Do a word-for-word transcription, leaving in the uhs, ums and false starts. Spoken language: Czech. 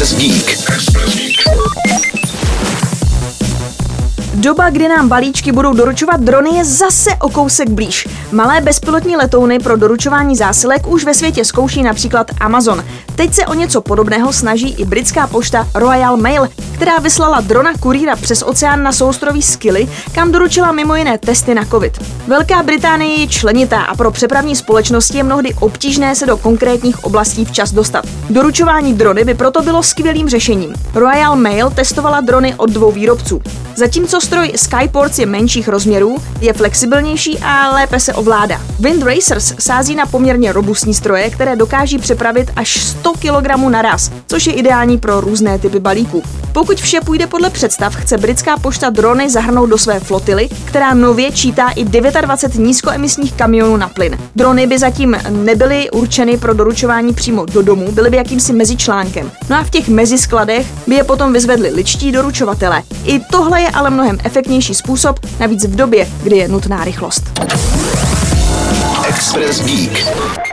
Express Geek. Doba, kdy nám balíčky budou doručovat drony, je zase o kousek blíž. Malé bezpilotní letouny pro doručování zásilek už ve světě zkouší například Amazon. Teď se o něco podobného snaží i britská pošta Royal Mail, která vyslala drona kurýra přes oceán na souostroví Scilly, kam doručila mimo jiné testy na covid. Velká Británie je členitá a pro přepravní společnosti je mnohdy obtížné se do konkrétních oblastí včas dostat. Doručování drony by proto bylo skvělým řešením. Royal Mail testovala drony od dvou výrobců. Zatímco stroj Skyports je menších rozměrů, je flexibilnější a lépe se ovládá. Wind Racers sází na poměrně robustní stroje, které dokáží přepravit až sto kilogramů naraz, což je ideální pro různé typy balíků. Pokud vše půjde podle představ, chce britská pošta drony zahrnout do své flotily, která nově čítá i dvacet devět nízkoemisních kamionů na plyn. Drony by zatím nebyly určeny pro doručování přímo do domu, byly by jakýmsi mezičlánkem. No a v těch meziskladech by je potom vyzvedli ličtí doručovatelé. I tohle je ale mnohem efektivnější způsob, navíc v době, kdy je nutná rychlost. Express Geek.